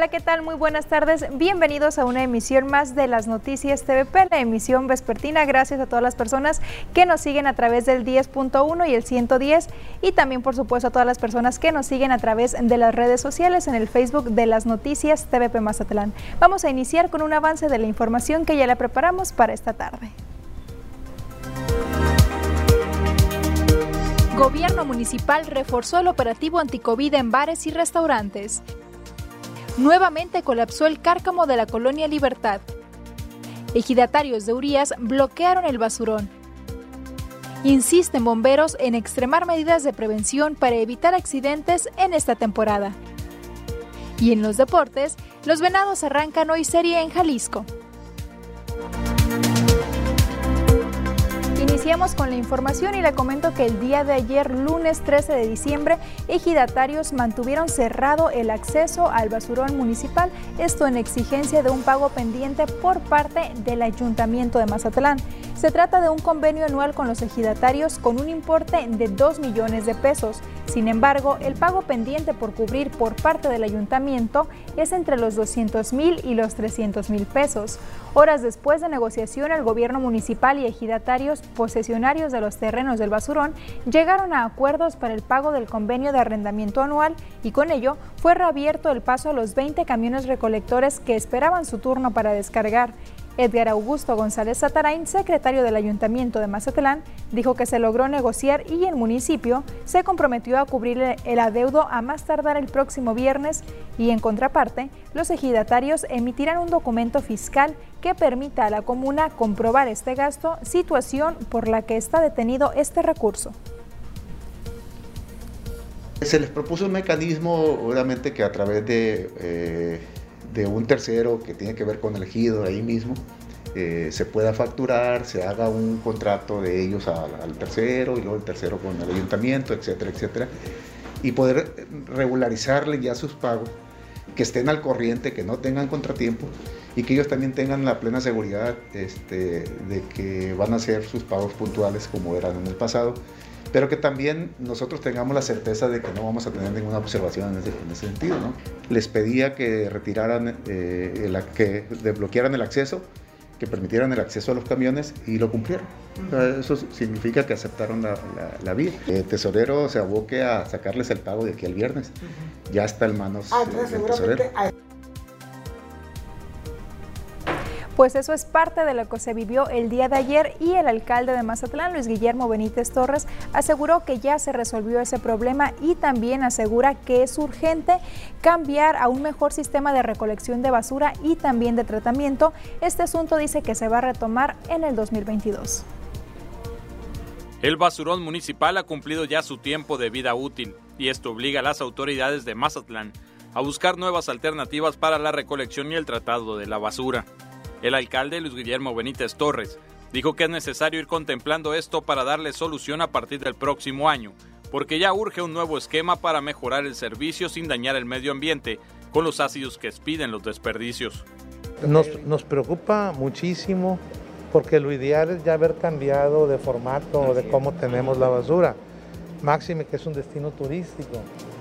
Hola, ¿qué tal? Muy buenas tardes. Bienvenidos a una emisión más de las Noticias TVP, la emisión vespertina. Gracias a todas las personas que nos siguen a través del 10.1 y el 110 y también, por supuesto, a todas las personas que nos siguen a través de las redes sociales en el Facebook de las Noticias TVP Mazatlán. Vamos a iniciar con un avance de la información que ya le preparamos para esta tarde. Gobierno municipal reforzó el operativo anticovid en bares y restaurantes. Nuevamente colapsó el cárcamo de la Colonia Libertad. Ejidatarios de Urías bloquearon el basurón. Insisten bomberos en extremar medidas de prevención para evitar accidentes en esta temporada. Y en los deportes, los Venados arrancan hoy serie en Jalisco. Iniciamos con la información y le comento que el día de ayer, lunes 13 de diciembre, ejidatarios mantuvieron cerrado el acceso al basurón municipal, esto en exigencia de un pago pendiente por parte del Ayuntamiento de Mazatlán. Se trata de un convenio anual con los ejidatarios con un importe de 2 millones de pesos. Sin embargo, el pago pendiente por cubrir por parte del ayuntamiento es entre los 200,000 y los 300,000 pesos. Horas después de negociación, el gobierno municipal y ejidatarios posesionarios de los terrenos del basurón llegaron a acuerdos para el pago del convenio de arrendamiento anual y con ello fue reabierto el paso a los 20 camiones recolectores que esperaban su turno para descargar. Edgar Augusto González Satarain, secretario del Ayuntamiento de Mazatlán, dijo que se logró negociar y el municipio se comprometió a cubrir el adeudo a más tardar el próximo viernes y en contraparte, los ejidatarios emitirán un documento fiscal que permita a la comuna comprobar este gasto, situación por la que está detenido este recurso. Se les propuso un mecanismo, obviamente que a través de un tercero que tiene que ver con el ejido ahí mismo, se pueda facturar, se haga un contrato de ellos al tercero y luego el tercero con el ayuntamiento, etcétera, etcétera, y poder regularizarle ya sus pagos, que estén al corriente, que no tengan contratiempo y que ellos también tengan la plena seguridad de que van a hacer sus pagos puntuales como eran en el pasado, pero que también nosotros tengamos la certeza de que no vamos a tener ninguna observación en ese sentido, ¿no? Les pedía que retiraran, que desbloquearan el acceso, que permitieran el acceso a los camiones y lo cumplieron. O sea, eso significa que aceptaron la vía. El tesorero se aboque a sacarles el pago de aquí al viernes. Ya está en manos del tesorero. Pues eso es parte de lo que se vivió el día de ayer y el alcalde de Mazatlán, Luis Guillermo Benítez Torres, aseguró que ya se resolvió ese problema y también asegura que es urgente cambiar a un mejor sistema de recolección de basura y también de tratamiento. Este asunto dice que se va a retomar en el 2022. El basurón municipal ha cumplido ya su tiempo de vida útil y esto obliga a las autoridades de Mazatlán a buscar nuevas alternativas para la recolección y el tratado de la basura. El alcalde Luis Guillermo Benítez Torres dijo que es necesario ir contemplando esto para darle solución a partir del próximo año, porque ya urge un nuevo esquema para mejorar el servicio sin dañar el medio ambiente con los ácidos que expiden los desperdicios. Nos preocupa muchísimo porque lo ideal es ya haber cambiado de formato de cómo tenemos la basura, máxime que es un destino turístico,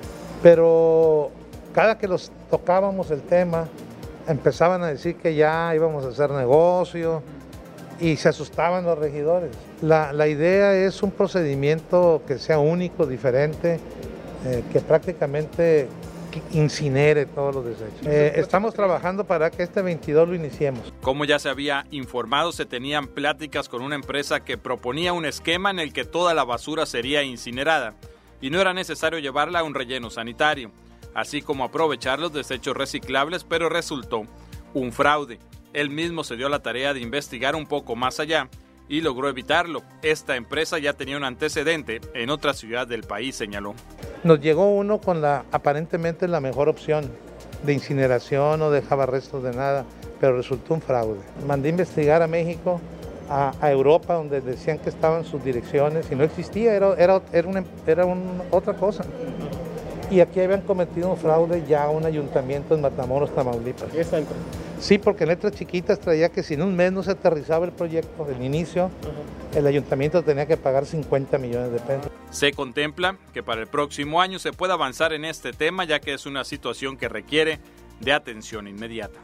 pero cada que los tocábamos el tema, empezaban a decir que ya íbamos a hacer negocio y se asustaban los regidores. La idea es un procedimiento que sea único, diferente, que prácticamente incinere todos los desechos. Estamos trabajando para que este 22 lo iniciemos. Como ya se había informado, se tenían pláticas con una empresa que proponía un esquema en el que toda la basura sería incinerada y no era necesario llevarla a un relleno sanitario, así como aprovechar los desechos reciclables, pero resultó un fraude. Él mismo se dio la tarea de investigar un poco más allá y logró evitarlo. Esta empresa ya tenía un antecedente en otra ciudad del país, señaló. Nos llegó uno con aparentemente la mejor opción de incineración, no dejaba restos de nada, pero resultó un fraude. Mandé investigar a México, a Europa, donde decían que estaban sus direcciones y no existía, era otra cosa. Y aquí habían cometido un fraude ya un ayuntamiento en Matamoros, Tamaulipas. Exacto. Sí, porque en letras chiquitas traía que si en un mes no se aterrizaba el proyecto, el inicio, el ayuntamiento tenía que pagar 50 millones de pesos. Se contempla que para el próximo año se pueda avanzar en este tema, ya que es una situación que requiere de atención inmediata.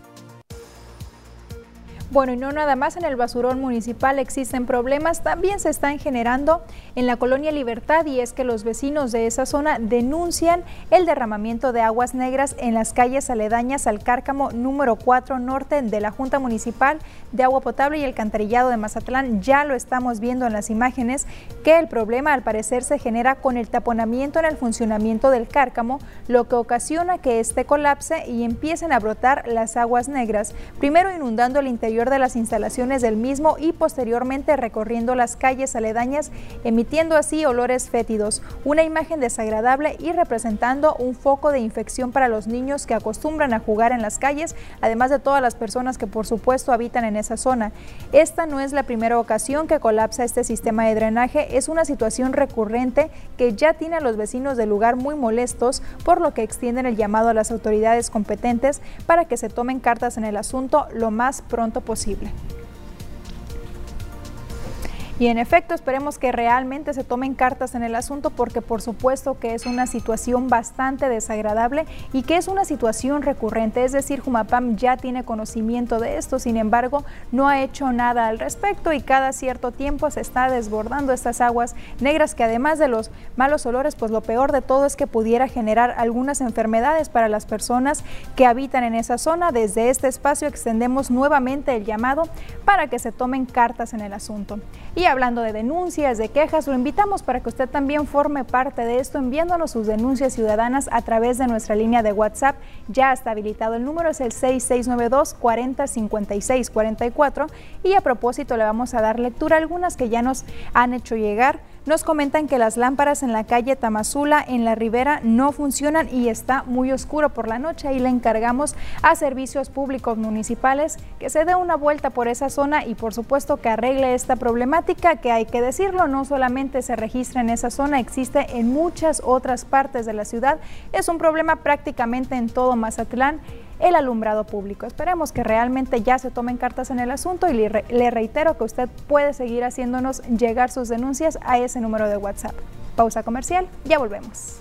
Bueno, y no nada más en el basurón municipal existen problemas, también se están generando en la colonia Libertad, y es que los vecinos de esa zona denuncian el derramamiento de aguas negras en las calles aledañas al Cárcamo número 4 norte de la Junta Municipal de Agua Potable y Alcantarillado de Mazatlán. Ya lo estamos viendo en las imágenes, que el problema al parecer se genera con el taponamiento en el funcionamiento del Cárcamo, lo que ocasiona que este colapse y empiecen a brotar las aguas negras, primero inundando el interior de las instalaciones del mismo y posteriormente recorriendo las calles aledañas, emitiendo así olores fétidos, una imagen desagradable y representando un foco de infección para los niños que acostumbran a jugar en las calles, además de todas las personas que por supuesto habitan en esa zona. Esta no es la primera ocasión que colapsa este sistema de drenaje, es una situación recurrente que ya tiene a los vecinos del lugar muy molestos, por lo que extienden el llamado a las autoridades competentes para que se tomen cartas en el asunto lo más pronto posible. Y en efecto, esperemos que realmente se tomen cartas en el asunto, porque por supuesto que es una situación bastante desagradable y que es una situación recurrente. Es decir, Jumapam ya tiene conocimiento de esto, sin embargo, no ha hecho nada al respecto, y cada cierto tiempo se está desbordando estas aguas negras que, además de los malos olores, pues lo peor de todo es que pudiera generar algunas enfermedades para las personas que habitan en esa zona. Desde este espacio extendemos nuevamente el llamado para que se tomen cartas en el asunto. Y hablando de denuncias, de quejas, lo invitamos para que usted también forme parte de esto enviándonos sus denuncias ciudadanas a través de nuestra línea de WhatsApp. Ya está habilitado el número, es el 6692 40 56 44, y a propósito le vamos a dar lectura a algunas que ya nos han hecho llegar. Nos comentan que las lámparas en la calle Tamazula, en la Ribera, no funcionan y está muy oscuro por la noche, y le encargamos a Servicios Públicos Municipales que se dé una vuelta por esa zona y por supuesto que arregle esta problemática, que hay que decirlo, no solamente se registra en esa zona, existe en muchas otras partes de la ciudad. Es un problema prácticamente en todo Mazatlán, el alumbrado público. Esperemos que realmente ya se tomen cartas en el asunto, y le reitero que usted puede seguir haciéndonos llegar sus denuncias a ese número de WhatsApp. Pausa comercial, ya volvemos.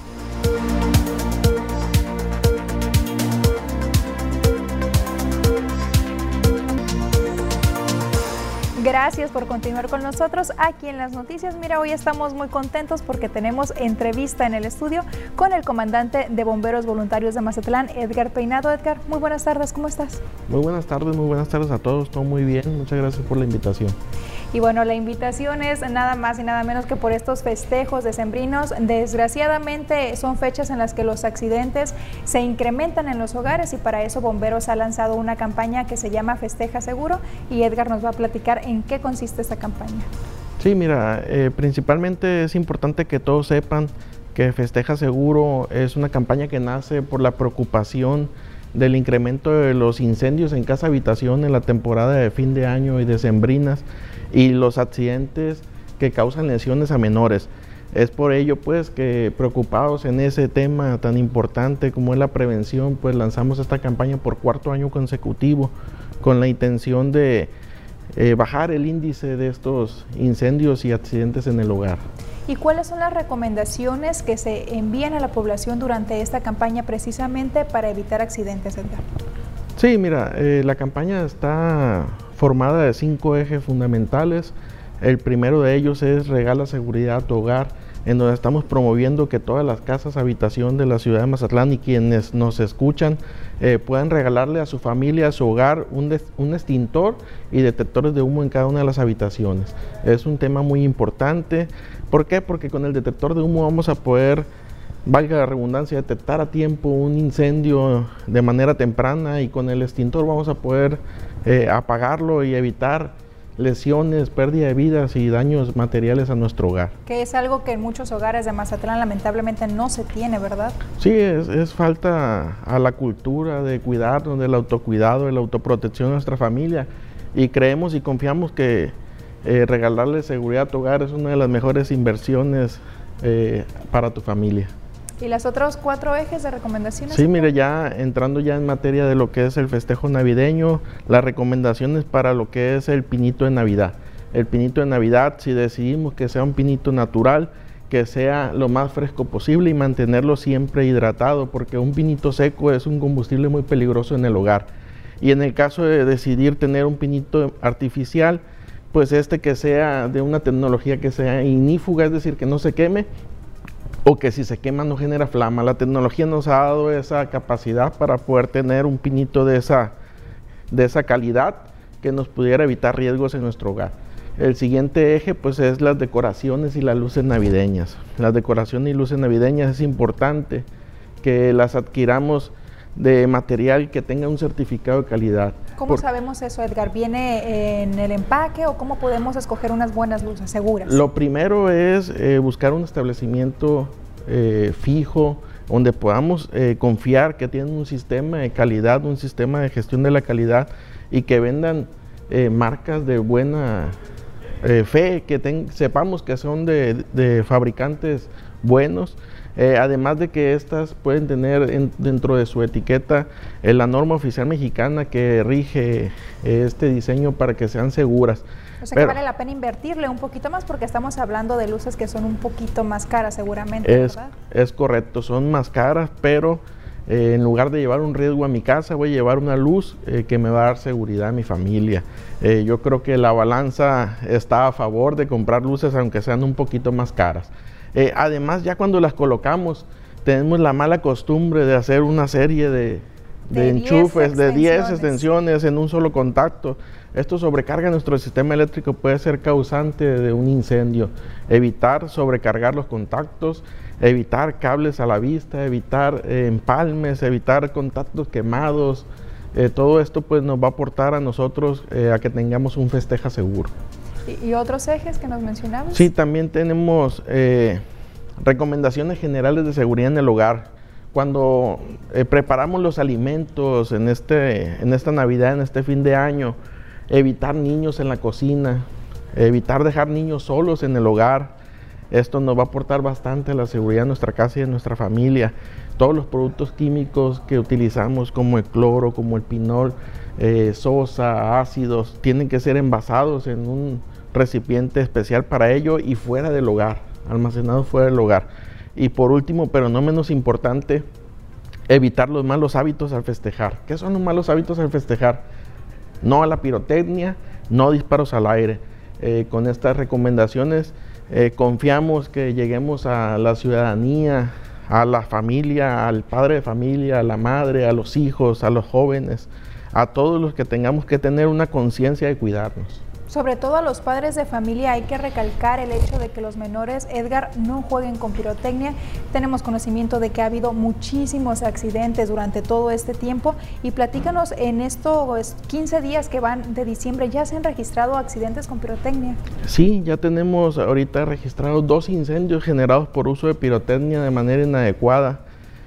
Gracias por continuar con nosotros aquí en las noticias. Mira, hoy estamos muy contentos porque tenemos entrevista en el estudio con el comandante de Bomberos Voluntarios de Mazatlán, Edgar Peinado. Edgar, muy buenas tardes, ¿cómo estás? Muy buenas tardes a todos, todo muy bien, muchas gracias por la invitación. Y bueno, la invitación es nada más y nada menos que por estos festejos decembrinos. Desgraciadamente son fechas en las que los accidentes se incrementan en los hogares, y para eso Bomberos ha lanzado una campaña que se llama Festeja Seguro, y Edgar nos va a platicar en qué consiste esta campaña. Sí, mira, principalmente es importante que todos sepan que Festeja Seguro es una campaña que nace por la preocupación del incremento de los incendios en casa habitación en la temporada de fin de año y decembrinas, y los accidentes que causan lesiones a menores. Es por ello pues que, preocupados en ese tema tan importante como es la prevención, pues lanzamos esta campaña por cuarto año consecutivo con la intención de bajar el índice de estos incendios y accidentes en el hogar. ¿Y cuáles son las recomendaciones que se envían a la población durante esta campaña precisamente para evitar accidentes, Edgar? Sí, mira, la campaña está formada de 5 ejes fundamentales. El primero de ellos es Regala Seguridad a tu hogar, en donde estamos promoviendo que todas las casas habitación de la ciudad de Mazatlán y quienes nos escuchan puedan regalarle a su familia, a su hogar, un extintor y detectores de humo en cada una de las habitaciones. Es un tema muy importante. ¿Por qué? Porque con el detector de humo vamos a poder, valga la redundancia, detectar a tiempo un incendio de manera temprana, y con el extintor vamos a poder apagarlo y evitar lesiones, pérdida de vidas y daños materiales a nuestro hogar. Que es algo que en muchos hogares de Mazatlán lamentablemente no se tiene, ¿verdad? Sí, es falta a la cultura de cuidarnos, del autocuidado, de la autoprotección de nuestra familia, y creemos y confiamos que regalarle seguridad a tu hogar es una de las mejores inversiones para tu familia. ¿Y los otros 4 ejes de recomendaciones? Sí, mire, ya entrando ya en materia de lo que es el festejo navideño, las recomendaciones para lo que es el pinito de Navidad. El pinito de Navidad, si decidimos que sea un pinito natural, que sea lo más fresco posible y mantenerlo siempre hidratado, porque un pinito seco es un combustible muy peligroso en el hogar. Y en el caso de decidir tener un pinito artificial, pues que sea de una tecnología que sea ignífuga, es decir, que no se queme, o que si se quema no genera flama. La tecnología nos ha dado esa capacidad para poder tener un pinito de esa calidad que nos pudiera evitar riesgos en nuestro hogar. El siguiente eje pues es las decoraciones y las luces navideñas. Las decoraciones y luces navideñas es importante que las adquiramos de material que tenga un certificado de calidad. ¿Cómo sabemos eso, Edgar? ¿Viene en el empaque o cómo podemos escoger unas buenas luces seguras? Lo primero es buscar un establecimiento fijo, donde podamos confiar que tienen un sistema de calidad, un sistema de gestión de la calidad y que vendan marcas de buena fe, que sepamos que son de fabricantes buenos, además de que estas pueden tener dentro de su etiqueta la norma oficial mexicana que rige este diseño para que sean seguras. O sea que vale la pena invertirle un poquito más porque estamos hablando de luces que son un poquito más caras seguramente, ¿verdad? Es correcto, son más caras, pero en lugar de llevar un riesgo a mi casa, voy a llevar una luz que me va a dar seguridad a mi familia. Yo creo que la balanza está a favor de comprar luces aunque sean un poquito más caras. Además, ya cuando las colocamos, tenemos la mala costumbre de hacer una serie de enchufes, de 10 extensiones en un solo contacto. Esto sobrecarga nuestro sistema eléctrico, puede ser causante de un incendio. Evitar sobrecargar los contactos, evitar cables a la vista, evitar empalmes, evitar contactos quemados. Todo esto pues nos va a aportar a nosotros a que tengamos un festejo seguro. ¿Y otros ejes que nos mencionabas? Sí, también tenemos recomendaciones generales de seguridad en el hogar. Cuando preparamos los alimentos en esta Navidad, en este fin de año, evitar niños en la cocina, evitar dejar niños solos en el hogar. Esto nos va a aportar bastante a la seguridad de nuestra casa y de nuestra familia. Todos los productos químicos que utilizamos como el cloro, como el pinol, sosa, ácidos, tienen que ser envasados en un recipiente especial para ello y fuera del hogar, almacenados fuera del hogar. Y por último, pero no menos importante, evitar los malos hábitos al festejar. ¿Qué son los malos hábitos al festejar? No a la pirotecnia, no disparos al aire. Con estas recomendaciones confiamos que lleguemos a la ciudadanía, a la familia, al padre de familia, a la madre, a los hijos, a los jóvenes, a todos los que tengamos que tener una conciencia de cuidarnos. Sobre todo a los padres de familia hay que recalcar el hecho de que los menores, Edgar, no jueguen con pirotecnia. Tenemos conocimiento de que ha habido muchísimos accidentes durante todo este tiempo y platícanos, en estos 15 días que van de diciembre, ¿ya se han registrado accidentes con pirotecnia? Sí, ya tenemos ahorita registrados 2 incendios generados por uso de pirotecnia de manera inadecuada.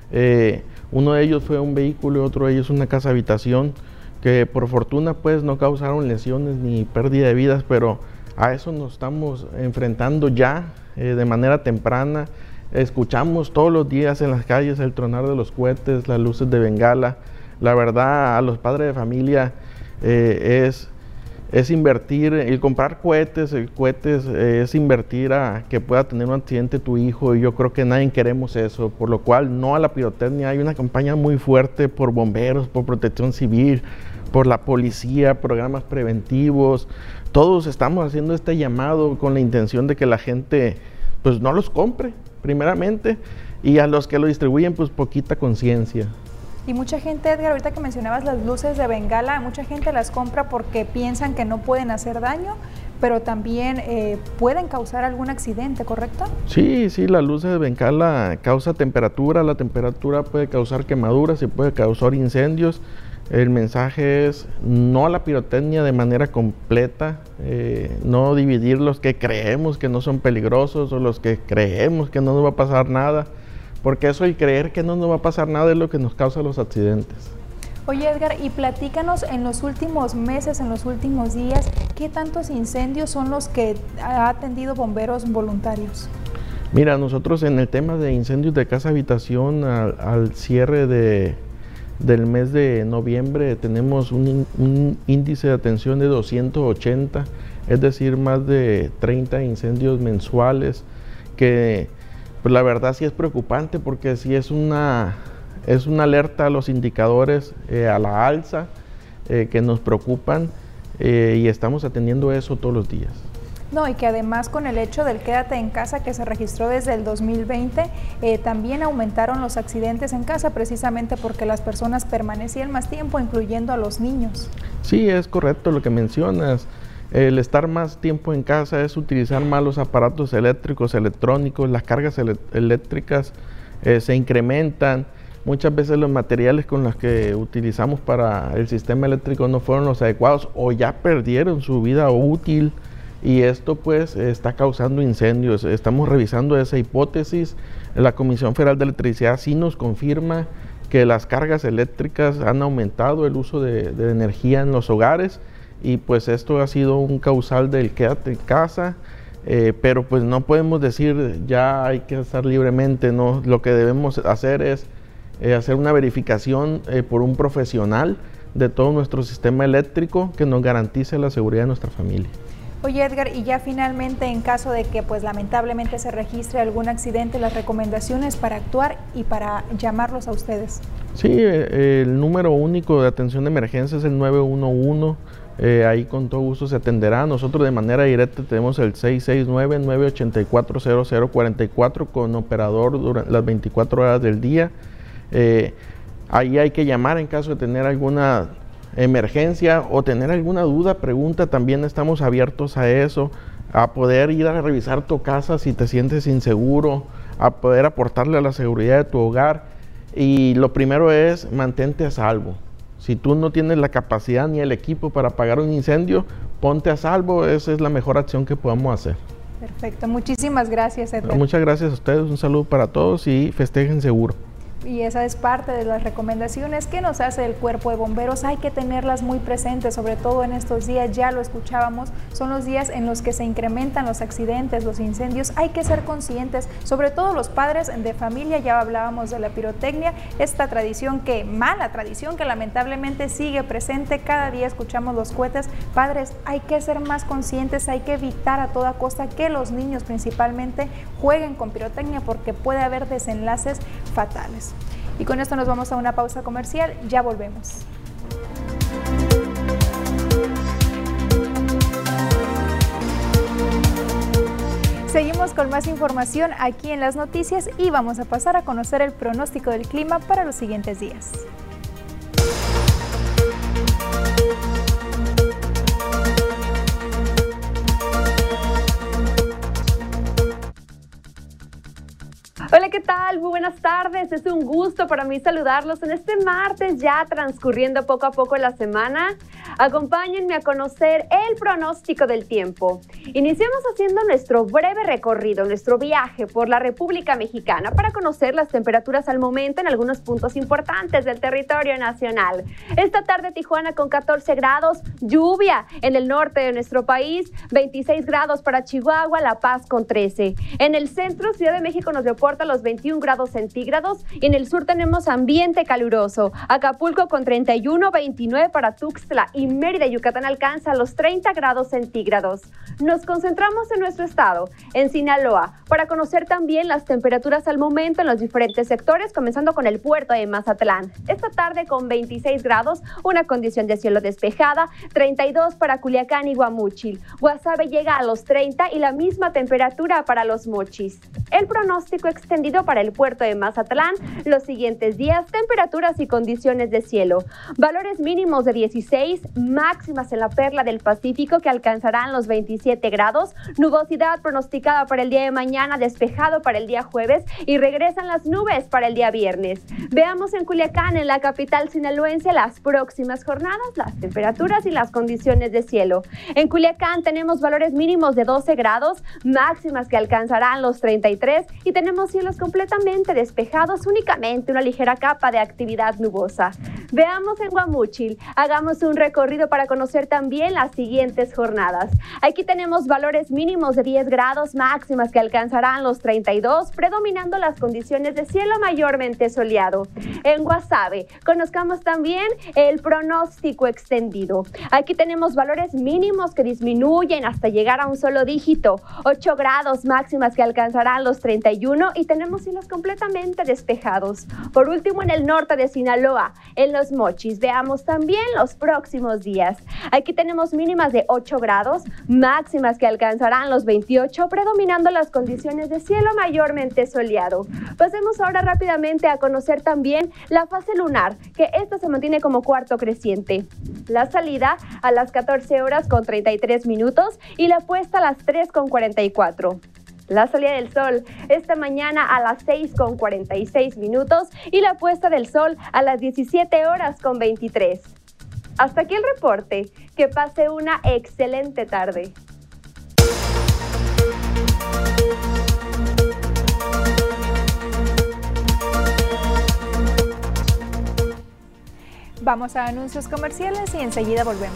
Uno de ellos fue un vehículo y otro de ellos una casa habitación, que por fortuna pues no causaron lesiones ni pérdida de vidas, pero a eso nos estamos enfrentando ya de manera temprana. Escuchamos todos los días en las calles el tronar de los cohetes, las luces de bengala. La verdad, a los padres de familia es invertir, el comprar cohetes, es invertir a que pueda tener un accidente tu hijo, y yo creo que nadie queremos eso, por lo cual no a la pirotecnia. Hay una campaña muy fuerte por bomberos, por protección civil, por la policía, programas preventivos. Todos estamos haciendo este llamado con la intención de que la gente pues no los compre primeramente, y a los que lo distribuyen pues poquita conciencia. Y mucha gente, Edgar, ahorita que mencionabas las luces de bengala, mucha gente las compra porque piensan que no pueden hacer daño, pero también pueden causar algún accidente, ¿correcto? Sí, las luces de bengala causan temperatura, la temperatura puede causar quemaduras y puede causar incendios. El mensaje es no a la pirotecnia de manera completa, no dividir los que creemos que no son peligrosos o los que creemos que no nos va a pasar nada, porque eso, el creer que no nos va a pasar nada, es lo que nos causa los accidentes. Oye, Edgar, y platícanos, en los últimos meses, en los últimos días, ¿qué tantos incendios son los que ha atendido bomberos voluntarios? Mira, nosotros en el tema de incendios de casa habitación, al cierre del mes de noviembre, tenemos un índice de atención de 280, es decir, más de 30 incendios mensuales, que pues la verdad sí es preocupante, porque sí es una alerta a los indicadores a la alza que nos preocupan, y estamos atendiendo eso todos los días. No, y que además con el hecho del quédate en casa que se registró desde el 2020, también aumentaron los accidentes en casa, precisamente porque las personas permanecían más tiempo, incluyendo a los niños. Sí, es correcto lo que mencionas. El estar más tiempo en casa es utilizar más los aparatos eléctricos, electrónicos, las cargas eléctricas se incrementan. Muchas veces los materiales con los que utilizamos para el sistema eléctrico no fueron los adecuados o ya perdieron su vida útil, y esto pues está causando incendios. Estamos revisando esa hipótesis. La Comisión Federal de Electricidad sí nos confirma que las cargas eléctricas han aumentado el uso de energía en los hogares, y pues esto ha sido un causal del quédate en casa, pero pues no podemos decir ya hay que estar libremente, no. Lo que debemos hacer es hacer una verificación por un profesional de todo nuestro sistema eléctrico que nos garantice la seguridad de nuestra familia. Oye, Edgar, y ya finalmente, en caso de que pues lamentablemente se registre algún accidente, las recomendaciones para actuar y para llamarlos a ustedes. Sí, el número único de atención de emergencia es el 911, ahí con todo gusto se atenderá. Nosotros de manera directa tenemos el 669-984-0044 con operador durante las 24 horas del día. Ahí hay que llamar en caso de tener alguna emergencia o tener alguna duda, pregunta. También estamos abiertos a eso, a poder ir a revisar tu casa si te sientes inseguro, a poder aportarle a la seguridad de tu hogar. Y lo primero es mantente a salvo. Si tú no tienes la capacidad ni el equipo para apagar un incendio, ponte a salvo. Esa es la mejor acción que podamos hacer. Perfecto, muchísimas gracias, Edgar. Muchas gracias a ustedes, un saludo para todos y festejen seguro. Y esa es parte de las recomendaciones que nos hace el Cuerpo de Bomberos. Hay que tenerlas muy presentes, sobre todo en estos días, ya lo escuchábamos, son los días en los que se incrementan los accidentes, los incendios. Hay que ser conscientes, sobre todo los padres de familia. Ya hablábamos de la pirotecnia, esta tradición mala tradición que lamentablemente sigue presente. Cada día escuchamos los cohetes. Padres, hay que ser más conscientes, hay que evitar a toda costa que los niños principalmente jueguen con pirotecnia, porque puede haber desenlaces fatales. Y con esto nos vamos a una pausa comercial, ya volvemos. Seguimos con más información aquí en las noticias y vamos a pasar a conocer el pronóstico del clima para los siguientes días. Hola, ¿qué tal? Muy buenas tardes. Es un gusto para mí saludarlos en este martes, ya transcurriendo poco a poco la semana. Acompáñenme a conocer el pronóstico del tiempo. Iniciamos haciendo nuestro breve recorrido, nuestro viaje por la República Mexicana para conocer las temperaturas al momento en algunos puntos importantes del territorio nacional. Esta tarde Tijuana con 14 grados, lluvia en el norte de nuestro país, 26 grados para Chihuahua, La Paz con 13. En el centro, Ciudad de México nos reporta los 21 grados centígrados y en el sur tenemos ambiente caluroso. Acapulco con 31, 29 para Tuxtla y Mérida, Yucatán alcanza los 30 grados centígrados. Nos concentramos en nuestro estado, en Sinaloa, para conocer también las temperaturas al momento en los diferentes sectores, comenzando con el puerto de Mazatlán. Esta tarde con 26 grados, una condición de cielo despejada, 32 para Culiacán y Guamúchil. Guasave llega a los 30 y la misma temperatura para Los Mochis. El pronóstico extendido para el puerto de Mazatlán, los siguientes días, temperaturas y condiciones de cielo. Valores mínimos de 16, máximas en la perla del Pacífico que alcanzarán los 27 grados, nubosidad pronosticada para el día de mañana, despejado para el día jueves y regresan las nubes para el día viernes. Veamos en Culiacán, en la capital sinaloense, las próximas jornadas, las temperaturas y las condiciones de cielo. En Culiacán tenemos valores mínimos de 12 grados, máximas que alcanzarán los 33 y tenemos cielos completamente despejados, únicamente una ligera capa de actividad nubosa. Veamos en Guamúchil, hagamos un recorrido para conocer también las siguientes jornadas. Aquí tenemos valores mínimos de 10 grados, máximas que alcanzarán los 32, predominando las condiciones de cielo mayormente soleado. En Guasave, conozcamos también el pronóstico extendido. Aquí tenemos valores mínimos que disminuyen hasta llegar a un solo dígito, 8 grados, máximas que alcanzarán los 31 y tenemos cielos completamente despejados. Por último, en el norte de Sinaloa, en Los Mochis, veamos también los próximos días. Aquí tenemos mínimas de 8 grados, máximas que alcanzarán los 28, predominando las condiciones de cielo mayormente soleado. Pasemos ahora rápidamente a conocer también la fase lunar, que esta se mantiene como cuarto creciente. La salida a las 14 horas con 33 minutos y la puesta a las 3 con 44. La salida del sol esta mañana a las 6 con 46 minutos y la puesta del sol a las 17 horas con 23. Hasta aquí el reporte. Que pase una excelente tarde. Vamos a anuncios comerciales y enseguida volvemos.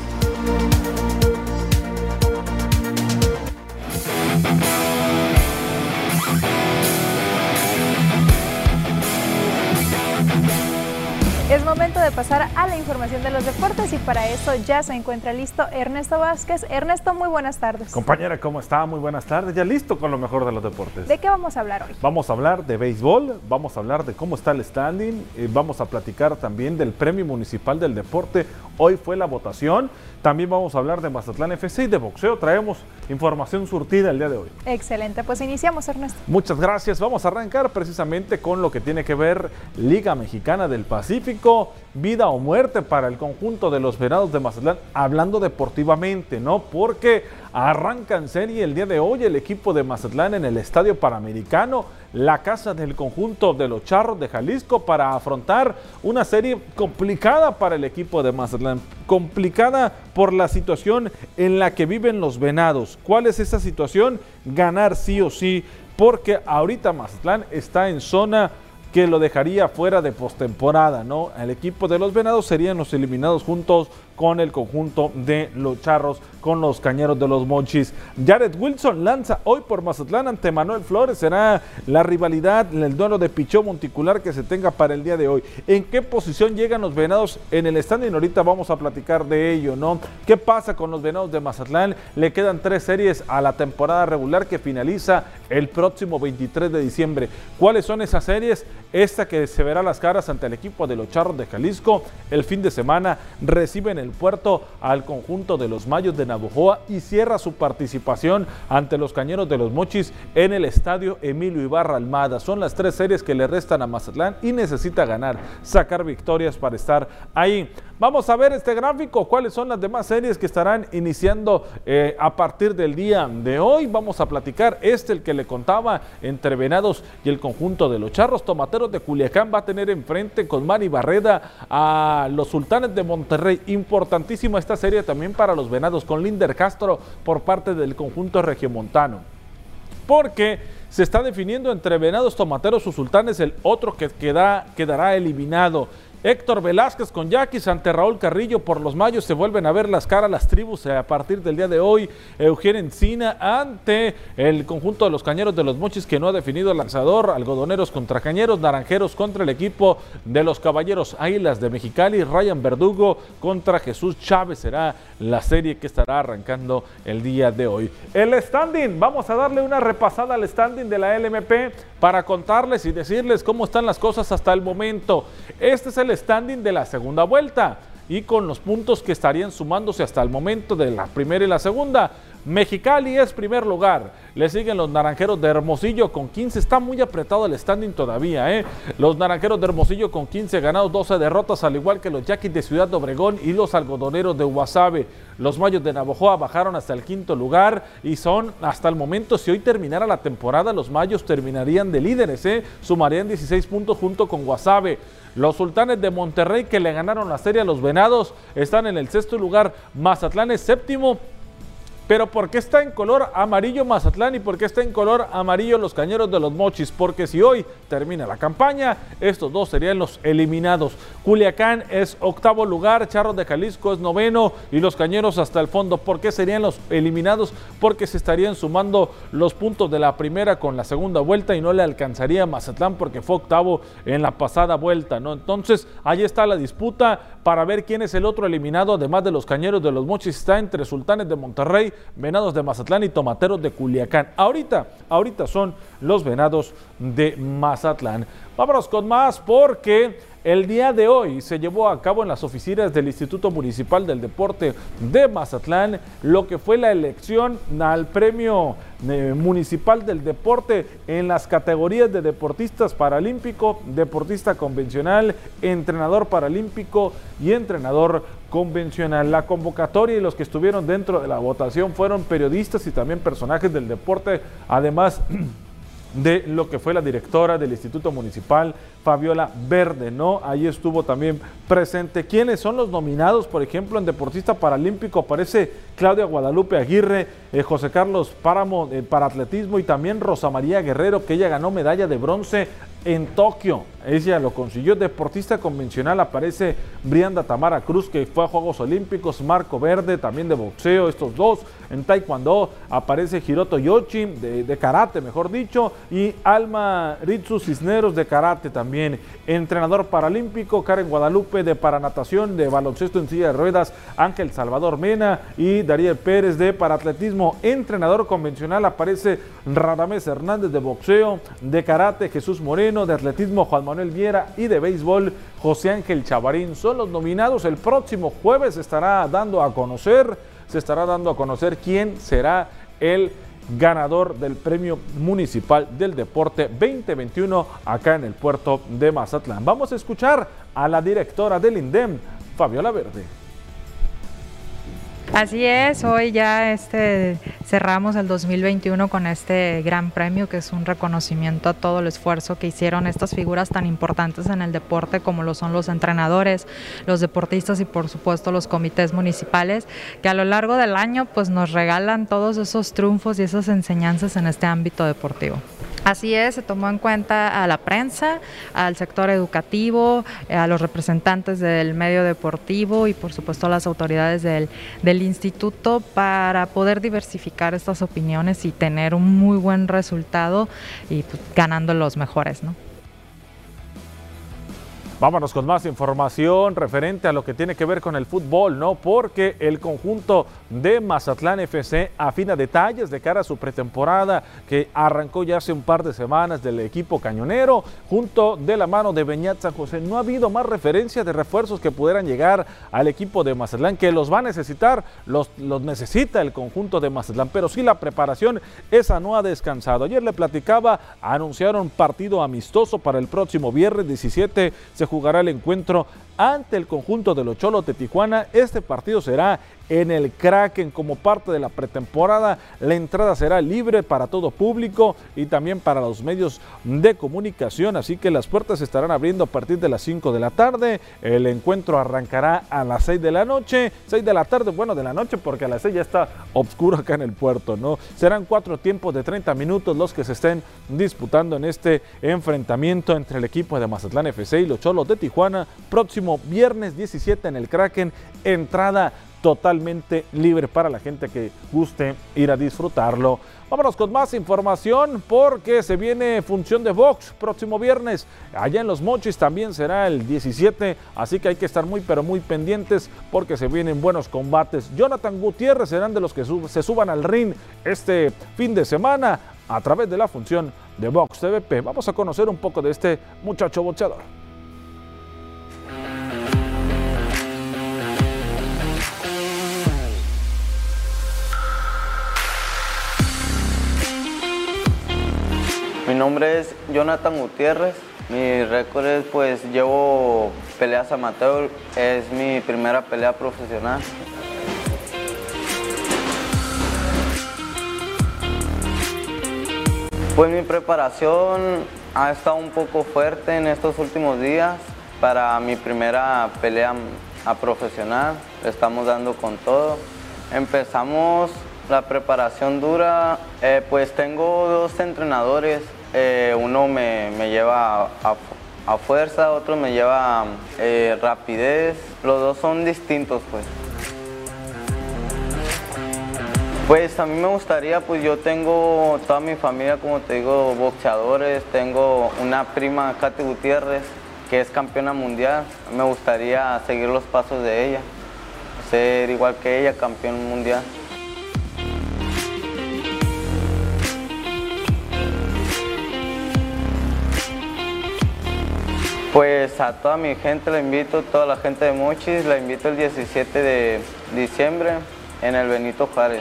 Es momento de pasar a la información de los deportes y para eso ya se encuentra listo Ernesto Vázquez. Ernesto, muy buenas tardes. Compañera, ¿cómo está? Muy buenas tardes. Ya listo con lo mejor de los deportes. ¿De qué vamos a hablar hoy? Vamos a hablar de béisbol, vamos a hablar de cómo está el standing, vamos a platicar también del Premio Municipal del Deporte. Hoy fue la votación. También vamos a hablar de Mazatlán FC y de boxeo. Traemos información surtida el día de hoy. Excelente, pues iniciamos, Ernesto. Muchas gracias. Vamos a arrancar precisamente con lo que tiene que ver Liga Mexicana del Pacífico, vida o muerte para el conjunto de los Venados de Mazatlán, hablando deportivamente, ¿no? Porque arranca en serie el día de hoy el equipo de Mazatlán en el Estadio Panamericano, la casa del conjunto de los Charros de Jalisco, para afrontar una serie complicada para el equipo de Mazatlán, complicada por la situación en la que viven los Venados. ¿Cuál es esa situación? Ganar sí o sí, porque ahorita Mazatlán está en zona que lo dejaría fuera de postemporada, ¿no? El equipo de los Venados serían los eliminados juntos con el conjunto de los Charros, con los Cañeros de los Mochis. Jared Wilson lanza hoy por Mazatlán ante Manuel Flores. Será la rivalidad, el duelo de picheo monticular que se tenga para el día de hoy. ¿En qué posición llegan los Venados en el standing? Ahorita vamos a platicar de ello, ¿no? ¿Qué pasa con los Venados de Mazatlán? Le quedan 3 series a la temporada regular que finaliza el próximo 23 de diciembre. ¿Cuáles son esas series? Esta que se verá las caras ante el equipo de los Charros de Jalisco. El fin de semana reciben el puerto al conjunto de los Mayos de Navojoa y cierra su participación ante los Cañeros de los Mochis en el estadio Emilio Ibarra Almada. Son las 3 series que le restan a Mazatlán y necesita ganar, sacar victorias para estar ahí. Vamos a ver este gráfico, cuáles son las demás series que estarán iniciando a partir del día de hoy. Vamos a platicar el que le contaba entre Venados y el conjunto de los Charros. Tomateros de Culiacán va a tener enfrente con Mari Barreda a los Sultanes de Monterrey. Importantísima esta serie también para los Venados con Linder Castro por parte del conjunto regiomontano, porque se está definiendo entre Venados, Tomateros o Sultanes el otro que quedará eliminado. Héctor Velázquez con Yaquis ante Raúl Carrillo por los Mayos. Se vuelven a ver las caras las tribus a partir del día de hoy. Eugenio Encina ante el conjunto de los Cañeros de los Mochis, que no ha definido el lanzador. Algodoneros contra Cañeros, Naranjeros contra el equipo de los Caballeros Águilas de Mexicali. Ryan Verdugo contra Jesús Chávez será la serie que estará arrancando el día de hoy. El standing, vamos a darle una repasada al standing de la LMP para contarles y decirles cómo están las cosas hasta el momento. Este es el standing de la segunda vuelta y con los puntos que estarían sumándose hasta el momento de la primera y la segunda. Mexicali es primer lugar, le siguen los Naranjeros de Hermosillo con 15, está muy apretado el standing todavía, Los Naranjeros de Hermosillo con 15 ganados, 12 derrotas, al igual que los Yaquis de Ciudad Obregón y los Algodoneros de Guasave. Los Mayos de Navojoa bajaron hasta el 5º lugar y son hasta el momento, si hoy terminara la temporada, los Mayos terminarían de líderes, sumarían 16 puntos junto con Guasave. Los Sultanes de Monterrey, que le ganaron la serie a los Venados, están en el 6º lugar. Mazatlán es 7º Pero ¿por qué está en color amarillo Mazatlán y por qué está en color amarillo los Cañeros de los Mochis? Porque si hoy termina la campaña, estos dos serían los eliminados. Culiacán es octavo lugar, Charros de Jalisco es noveno y los Cañeros hasta el fondo. ¿Por qué serían los eliminados? Porque se estarían sumando los puntos de la primera con la segunda vuelta y no le alcanzaría a Mazatlán porque fue octavo en la pasada vuelta, ¿no? Entonces, ahí está la disputa para ver quién es el otro eliminado, además de los Cañeros de los Mochis. Está entre Sultanes de Monterrey, Venados de Mazatlán y Tomateros de Culiacán. Ahorita son los Venados de Mazatlán. Vámonos con más porque el día de hoy se llevó a cabo en las oficinas del Instituto Municipal del Deporte de Mazatlán lo que fue la elección al Premio Municipal del Deporte en las categorías de deportistas paralímpico, deportista convencional, entrenador paralímpico y entrenador convencional. La convocatoria y los que estuvieron dentro de la votación fueron periodistas y también personajes del deporte, además de lo que fue la directora del Instituto Municipal, Fabiola Verde, ¿no? Ahí estuvo también presente. ¿Quiénes son los nominados? Por ejemplo, en deportista paralímpico aparece Claudia Guadalupe Aguirre, José Carlos Páramo para atletismo y también Rosa María Guerrero, que ella ganó medalla de bronce en Tokio. Ella lo consiguió. Deportista convencional aparece Brianda Tamara Cruz, que fue a Juegos Olímpicos, Marco Verde, también de boxeo, estos dos. En taekwondo aparece Hiroto Yoshi, de karate, mejor dicho, y Alma Ritsu Cisneros de karate también. Entrenador paralímpico, Karen Guadalupe de paranatación, de baloncesto en silla de ruedas, Ángel Salvador Mena y Dariel Pérez de paratletismo. Entrenador convencional aparece Radamés Hernández de boxeo, de karate Jesús Moreno, de atletismo Juan Manuel Viera y de béisbol José Ángel Chavarín. Son los nominados. El próximo jueves se estará dando a conocer quién será el ganador del Premio Municipal del Deporte 2021 acá en el puerto de Mazatlán. Vamos a escuchar a la directora del INDEM, Fabiola Verde. Así es, hoy ya cerramos el 2021 con este gran premio, que es un reconocimiento a todo el esfuerzo que hicieron estas figuras tan importantes en el deporte como lo son los entrenadores, los deportistas y por supuesto los comités municipales, que a lo largo del año pues nos regalan todos esos triunfos y esas enseñanzas en este ámbito deportivo. Así es, se tomó en cuenta a la prensa, al sector educativo, a los representantes del medio deportivo y por supuesto a las autoridades del instituto para poder diversificar estas opiniones y tener un muy buen resultado y pues, ganando los mejores, ¿no? Vámonos con más información referente a lo que tiene que ver con el fútbol, ¿no? Porque el conjunto de Mazatlán FC afina detalles de cara a su pretemporada que arrancó ya hace un par de semanas del equipo cañonero junto de la mano de Beñat San José. No ha habido más referencia de refuerzos que pudieran llegar al equipo de Mazatlán, que los va a necesitar, los necesita el conjunto de Mazatlán, pero sí la preparación esa no ha descansado. Ayer le platicaba, anunciaron partido amistoso para el próximo viernes 17, se jugará el encuentro ante el conjunto de los Cholos de Tijuana. Este partido será en el Kraken como parte de la pretemporada. La entrada será libre para todo público y también para los medios de comunicación, así que las puertas se estarán abriendo a partir de las 5 de la tarde. El encuentro arrancará a las 6 de la noche, 6 de la tarde, bueno, de la noche porque a las 6 ya está oscuro acá en el puerto, ¿no? Serán 4 tiempos de 30 minutos los que se estén disputando en este enfrentamiento entre el equipo de Mazatlán FC y los Cholos de Tijuana, próximo viernes 17 en el Kraken. Entrada totalmente libre para la gente que guste ir a disfrutarlo. Vámonos con más información porque se viene función de box próximo viernes. Allá en Los Mochis también será el 17, así que hay que estar muy pero muy pendientes porque se vienen buenos combates. Jonathan Gutiérrez serán de los que se suban al ring este fin de semana a través de la función de Box TVP. Vamos a conocer un poco de este muchacho boxeador. Mi nombre es Jonathan Gutiérrez, mi récord es pues llevo peleas amateur, es mi primera pelea profesional. Pues mi preparación ha estado un poco fuerte en estos últimos días para mi primera pelea a profesional, le estamos dando con todo. Empezamos La preparación dura, pues tengo 2 entrenadores, uno me lleva a fuerza, otro me lleva rapidez, los 2 son distintos pues. Pues a mí me gustaría, pues yo tengo toda mi familia, como te digo, boxeadores, tengo una prima, Katy Gutiérrez, que es campeona mundial, me gustaría seguir los pasos de ella, ser igual que ella, campeón mundial. Pues a toda mi gente la invito, toda la gente de Mochis, la invito el 17 de diciembre en el Benito Juárez.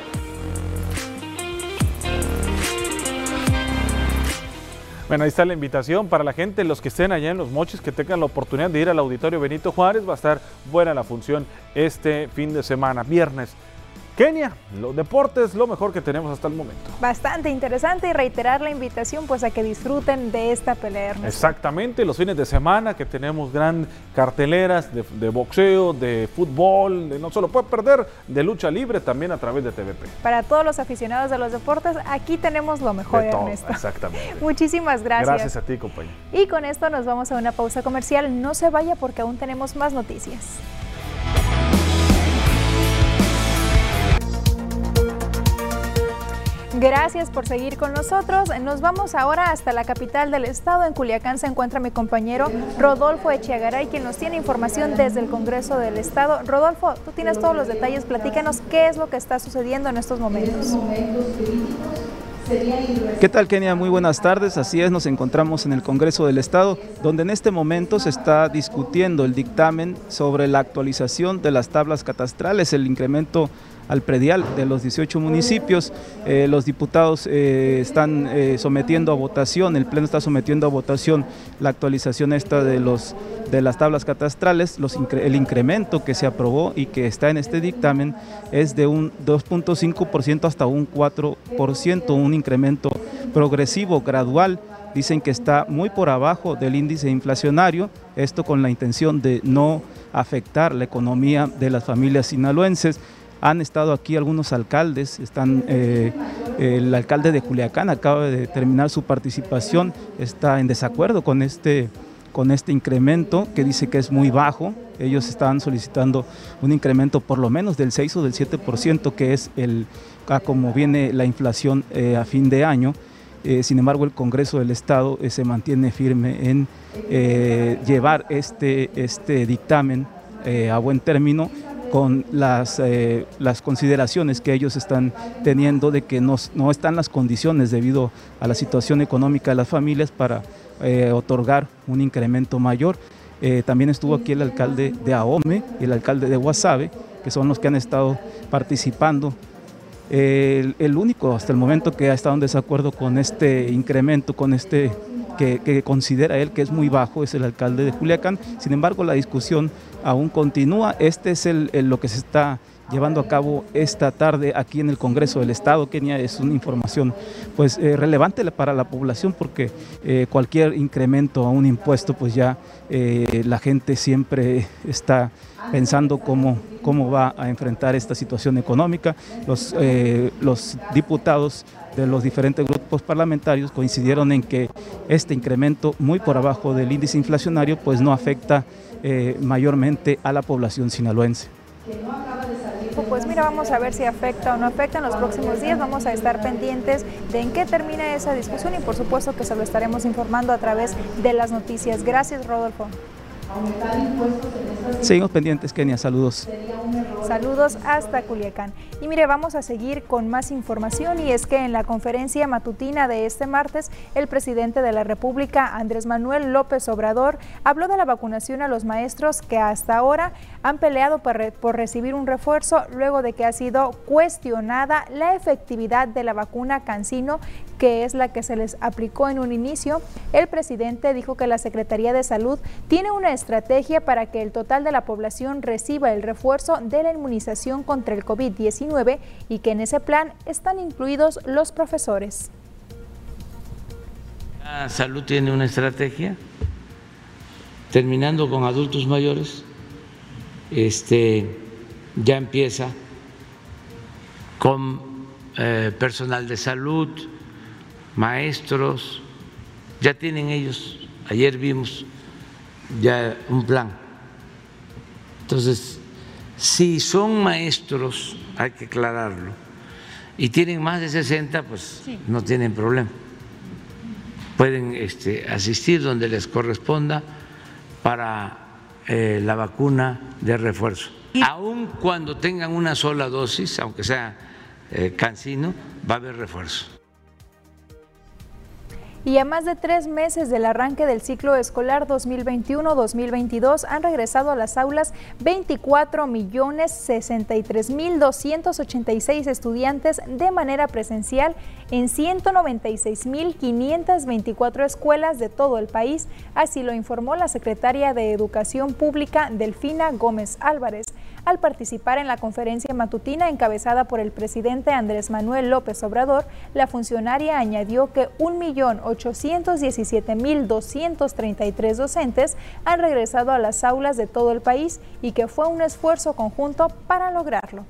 Bueno, ahí está la invitación para la gente, los que estén allá en Los Mochis, que tengan la oportunidad de ir al Auditorio Benito Juárez. Va a estar buena la función este fin de semana, viernes. Kenia, los deportes, lo mejor que tenemos hasta el momento. Bastante interesante, y reiterar la invitación pues a que disfruten de esta pelea, Ernesto. Exactamente, los fines de semana que tenemos gran carteleras de boxeo, de fútbol, no solo puede perder, de lucha libre también a través de TVP. Para todos los aficionados de los deportes, aquí tenemos lo mejor, de todo, Ernesto. Exactamente. Muchísimas gracias. Gracias a ti, compañero. Y con esto nos vamos a una pausa comercial. No se vaya porque aún tenemos más noticias. Gracias por seguir con nosotros. Nos vamos ahora hasta la capital del estado. En Culiacán se encuentra mi compañero Rodolfo Echegaray, quien nos tiene información desde el Congreso del Estado. Rodolfo, tú tienes todos los detalles. Platícanos qué es lo que está sucediendo en estos momentos. ¿Qué tal, Kenia? Muy buenas tardes. Así es, nos encontramos en el Congreso del Estado, donde en este momento se está discutiendo el dictamen sobre la actualización de las tablas catastrales, el incremento al predial de los 18 municipios. Los diputados están sometiendo a votación, el Pleno está sometiendo a votación la actualización esta de las tablas catastrales. El incremento que se aprobó y que está en este dictamen es de un 2.5% hasta un 4%, un incremento progresivo, gradual. Dicen que está muy por abajo del índice inflacionario, esto con la intención de no afectar la economía de las familias sinaloenses. Han estado aquí algunos alcaldes, el alcalde de Culiacán acaba de terminar su participación, está en desacuerdo con este incremento que dice que es muy bajo. Ellos estaban solicitando un incremento por lo menos del 6 o del 7%, que es como viene la inflación a fin de año. Sin embargo, el Congreso del Estado se mantiene firme en llevar este dictamen a buen término, con las consideraciones que ellos están teniendo de que no están las condiciones debido a la situación económica de las familias para otorgar un incremento mayor. También estuvo aquí el alcalde de Ahome y el alcalde de Guasave, que son los que han estado participando. El único hasta el momento que ha estado en desacuerdo con este incremento, que considera él que es muy bajo, es el alcalde de Culiacán. Sin embargo, la discusión aún continúa. Este es lo que se está llevando a cabo esta tarde aquí en el Congreso del Estado. Kenia, es una información pues relevante para la población, porque cualquier incremento a un impuesto, pues ya la gente siempre está pensando cómo va a enfrentar esta situación económica. Los diputados de los diferentes grupos parlamentarios coincidieron en que este incremento muy por abajo del índice inflacionario pues no afecta mayormente a la población sinaloense. Pues mira, vamos a ver si afecta o no afecta en los próximos días. Vamos a estar pendientes de en qué termina esa discusión y por supuesto que se lo estaremos informando a través de las noticias. Gracias, Rodolfo. Seguimos pendientes, Kenia, saludos. Saludos hasta Culiacán. Y mire, vamos a seguir con más información, y es que en la conferencia matutina de este martes, el presidente de la República, Andrés Manuel López Obrador, habló de la vacunación a los maestros que hasta ahora han peleado por recibir un refuerzo luego de que ha sido cuestionada la efectividad de la vacuna CanSino, que es la que se les aplicó en un inicio. El presidente dijo que la Secretaría de Salud tiene una estrategia para que el total de la población reciba el refuerzo de la inmunización contra el COVID-19 y que en ese plan están incluidos los profesores. La salud tiene una estrategia, terminando con adultos mayores, ya empieza con personal de salud, maestros, ya tienen ellos, ayer vimos ya un plan. Entonces, si son maestros, hay que aclararlo, y tienen más de 60, pues sí, no tienen problema. Pueden asistir donde les corresponda para la vacuna de refuerzo. Aun cuando tengan una sola dosis, aunque sea CanSino, va a haber refuerzo. Y a más de 3 meses del arranque del ciclo escolar 2021-2022 han regresado a las aulas 24.063.286 estudiantes de manera presencial en 196.524 escuelas de todo el país, así lo informó la secretaria de Educación Pública, Delfina Gómez Álvarez. Al participar en la conferencia matutina encabezada por el presidente Andrés Manuel López Obrador, la funcionaria añadió que 1.817.233 docentes han regresado a las aulas de todo el país y que fue un esfuerzo conjunto para lograrlo.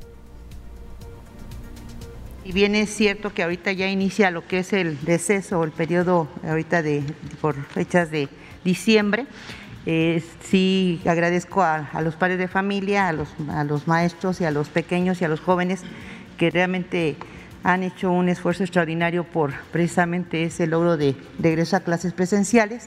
Y bien es cierto que ahorita ya inicia lo que es el receso, el periodo ahorita por fechas de diciembre. Sí agradezco a los padres de familia, a los maestros y a los pequeños y a los jóvenes que realmente han hecho un esfuerzo extraordinario por precisamente ese logro de regreso a clases presenciales.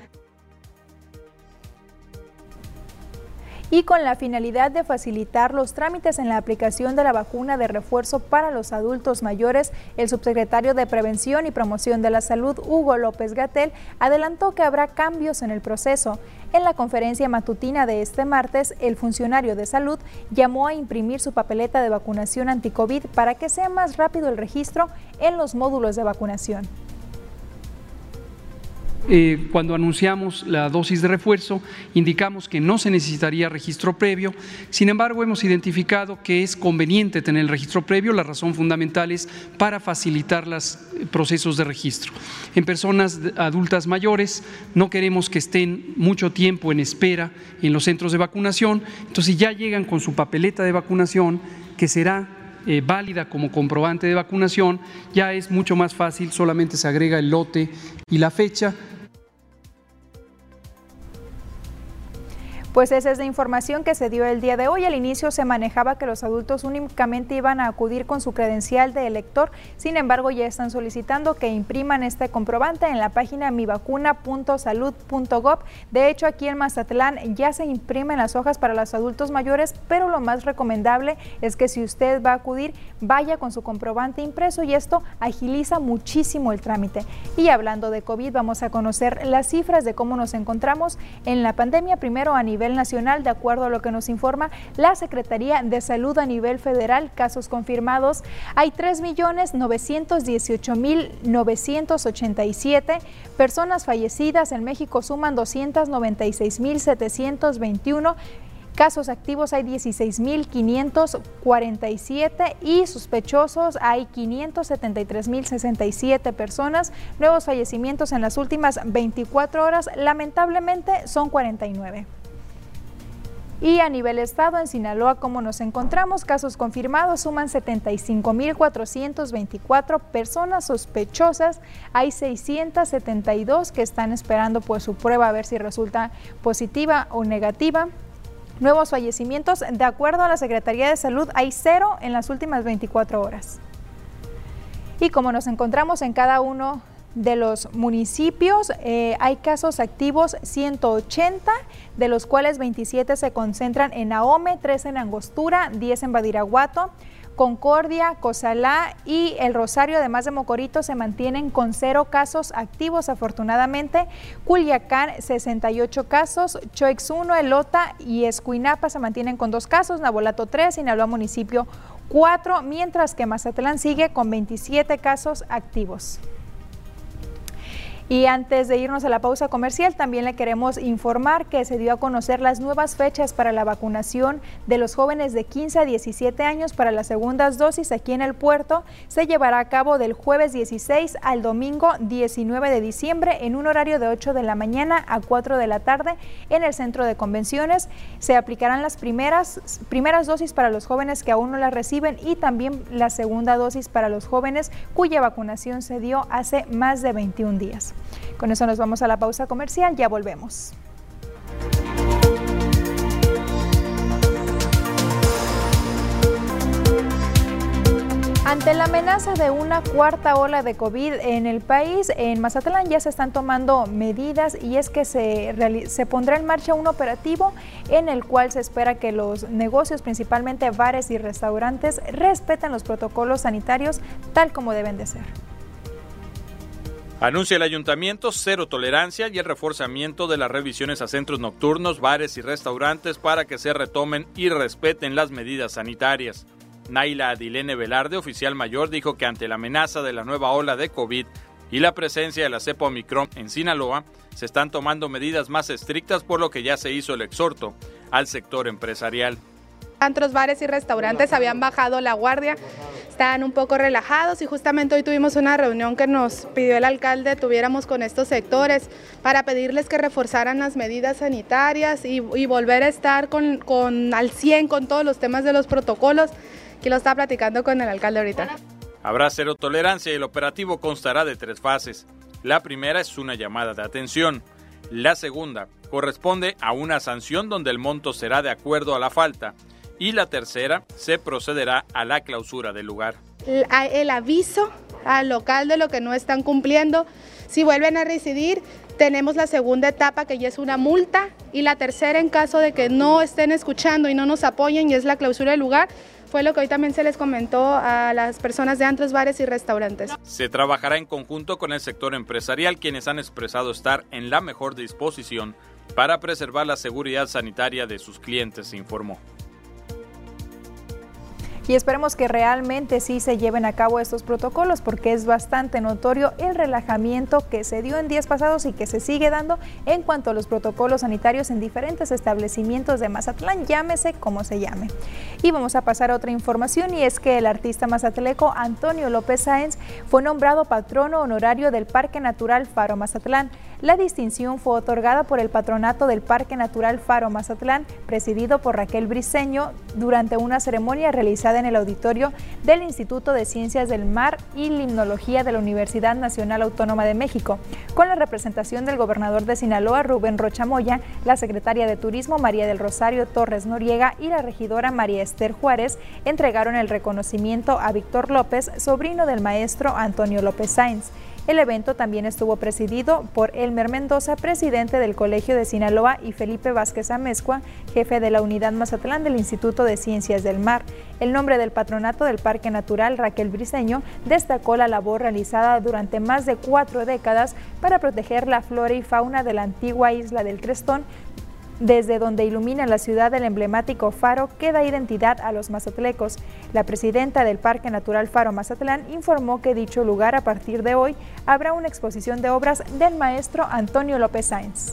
Y con la finalidad de facilitar los trámites en la aplicación de la vacuna de refuerzo para los adultos mayores, el subsecretario de Prevención y Promoción de la Salud, Hugo López-Gatell, adelantó que habrá cambios en el proceso. En la conferencia matutina de este martes, el funcionario de salud llamó a imprimir su papeleta de vacunación anti-COVID para que sea más rápido el registro en los módulos de vacunación. Cuando anunciamos la dosis de refuerzo, indicamos que no se necesitaría registro previo. Sin embargo, hemos identificado que es conveniente tener el registro previo. La razón fundamental es para facilitar los procesos de registro. En personas adultas mayores, no queremos que estén mucho tiempo en espera en los centros de vacunación. Entonces, si ya llegan con su papeleta de vacunación, que será válida como comprobante de vacunación, ya es mucho más fácil, solamente se agrega el lote y la fecha. Pues esa es la información que se dio el día de hoy. Al inicio se manejaba que los adultos únicamente iban a acudir con su credencial de elector, sin embargo ya están solicitando que impriman este comprobante en la página mivacuna.salud.gov. De hecho, aquí en Mazatlán ya se imprimen las hojas para los adultos mayores, pero lo más recomendable es que si usted va a acudir, vaya con su comprobante impreso y esto agiliza muchísimo el trámite. Y hablando de COVID, vamos a conocer las cifras de cómo nos encontramos en la pandemia, primero a nivel nacional. De acuerdo a lo que nos informa la Secretaría de Salud a nivel federal, casos confirmados hay 3.918.987, personas fallecidas en México suman 296.721, casos activos hay 16.547 y sospechosos hay 573.067 personas. Nuevos fallecimientos en las últimas 24 horas lamentablemente son 49. Y a nivel estado, en Sinaloa, como nos encontramos, casos confirmados suman 75.424 personas sospechosas, hay 672 que están esperando pues su prueba a ver si resulta positiva o negativa. Nuevos fallecimientos, de acuerdo a la Secretaría de Salud, hay 0 en las últimas 24 horas. Y como nos encontramos en cada uno de los municipios, hay casos activos 180, de los cuales 27 se concentran en Ahome, 3 en Angostura, 10 en Badiraguato, Concordia, Cozalá y El Rosario, además de Mocorito, se mantienen con 0 casos activos afortunadamente. Culiacán, 68 casos, Choix 1, Elota y Escuinapa se mantienen con 2 casos, Navolato 3, Sinaloa Municipio 4, mientras que Mazatlán sigue con 27 casos activos. Y antes de irnos a la pausa comercial, también le queremos informar que se dio a conocer las nuevas fechas para la vacunación de los jóvenes de 15 a 17 años para las segundas dosis aquí en el puerto. Se llevará a cabo del jueves 16 al domingo 19 de diciembre en un horario de 8 de la mañana a 4 de la tarde en el centro de convenciones. Se aplicarán las primeras dosis para los jóvenes que aún no las reciben y también la segunda dosis para los jóvenes cuya vacunación se dio hace más de 21 días. Con eso nos vamos a la pausa comercial, ya volvemos. Ante la amenaza de una cuarta ola de COVID en el país, en Mazatlán ya se están tomando medidas y es que se pondrá en marcha un operativo en el cual se espera que los negocios, principalmente bares y restaurantes, respeten los protocolos sanitarios tal como deben de ser. Anuncia el ayuntamiento cero tolerancia y el reforzamiento de las revisiones a centros nocturnos, bares y restaurantes para que se retomen y respeten las medidas sanitarias. Naila Adilene Velarde, oficial mayor, dijo que ante la amenaza de la nueva ola de COVID y la presencia de la cepa Omicron en Sinaloa, se están tomando medidas más estrictas, por lo que ya se hizo el exhorto al sector empresarial. Antros, bares y restaurantes habían bajado la guardia, estaban un poco relajados y justamente hoy tuvimos una reunión que nos pidió el alcalde tuviéramos con estos sectores para pedirles que reforzaran las medidas sanitarias y volver a estar al 100 con todos los temas de los protocolos, que lo está platicando con el alcalde ahorita. Habrá cero tolerancia y el operativo constará de 3 fases. La primera es una llamada de atención. La segunda corresponde a una sanción donde el monto será de acuerdo a la falta. Y la tercera se procederá a la clausura del lugar. El aviso al local de lo que no están cumpliendo. Si vuelven a reincidir, tenemos la segunda etapa que ya es una multa y la tercera en caso de que no estén escuchando y no nos apoyen y es la clausura del lugar. Fue lo que hoy también se les comentó a las personas de antros, bares y restaurantes. Se trabajará en conjunto con el sector empresarial, quienes han expresado estar en la mejor disposición para preservar la seguridad sanitaria de sus clientes, se informó. Y esperemos que realmente sí se lleven a cabo estos protocolos porque es bastante notorio el relajamiento que se dio en días pasados y que se sigue dando en cuanto a los protocolos sanitarios en diferentes establecimientos de Mazatlán, llámese como se llame. Y vamos a pasar a otra información y es que el artista mazatleco Antonio López Sáenz fue nombrado patrono honorario del Parque Natural Faro Mazatlán. La distinción fue otorgada por el patronato del Parque Natural Faro Mazatlán, presidido por Raquel Briceño, durante una ceremonia realizada en el auditorio del Instituto de Ciencias del Mar y Limnología de la Universidad Nacional Autónoma de México, con la representación del gobernador de Sinaloa, Rubén Rocha Moya, la secretaria de Turismo, María del Rosario Torres Noriega, y la regidora María Esther Juárez, entregaron el reconocimiento a Víctor López, sobrino del maestro Antonio López Sáenz. El evento también estuvo presidido por Elmer Mendoza, presidente del Colegio de Sinaloa, y Felipe Vázquez Amezcua, jefe de la Unidad Mazatlán del Instituto de Ciencias del Mar. El nombre del patronato del Parque Natural, Raquel Briceño, destacó la labor realizada durante más de 4 décadas para proteger la flora y fauna de la antigua isla del Crestón, desde donde ilumina la ciudad el emblemático faro que da identidad a los mazatlecos. La presidenta del Parque Natural Faro Mazatlán informó que dicho lugar a partir de hoy habrá una exposición de obras del maestro Antonio López Sáenz.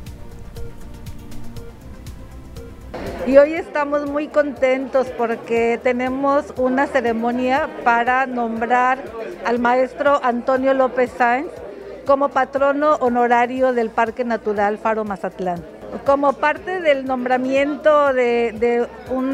Y hoy estamos muy contentos porque tenemos una ceremonia para nombrar al maestro Antonio López Sáenz como patrono honorario del Parque Natural Faro Mazatlán. Como parte del nombramiento se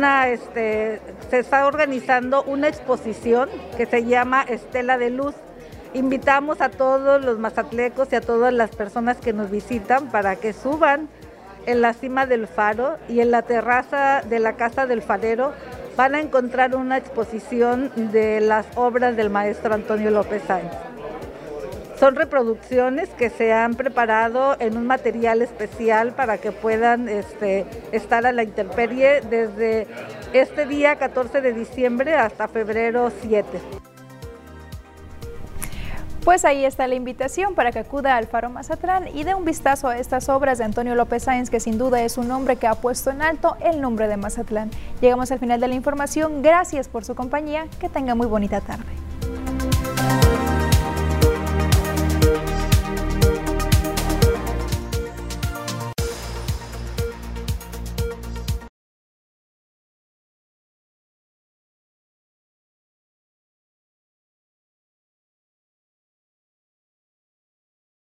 está organizando una exposición que se llama Estela de Luz. Invitamos a todos los mazatlecos y a todas las personas que nos visitan para que suban en la cima del faro y en la terraza de la Casa del Farero van a encontrar una exposición de las obras del maestro Antonio López Sáenz. Son reproducciones que se han preparado en un material especial para que puedan estar a la intemperie desde este día 14 de diciembre hasta febrero 7. Pues ahí está la invitación para que acuda al Faro Mazatlán y dé un vistazo a estas obras de Antonio López Sáenz, que sin duda es un hombre que ha puesto en alto el nombre de Mazatlán. Llegamos al final de la información. Gracias por su compañía. Que tenga muy bonita tarde.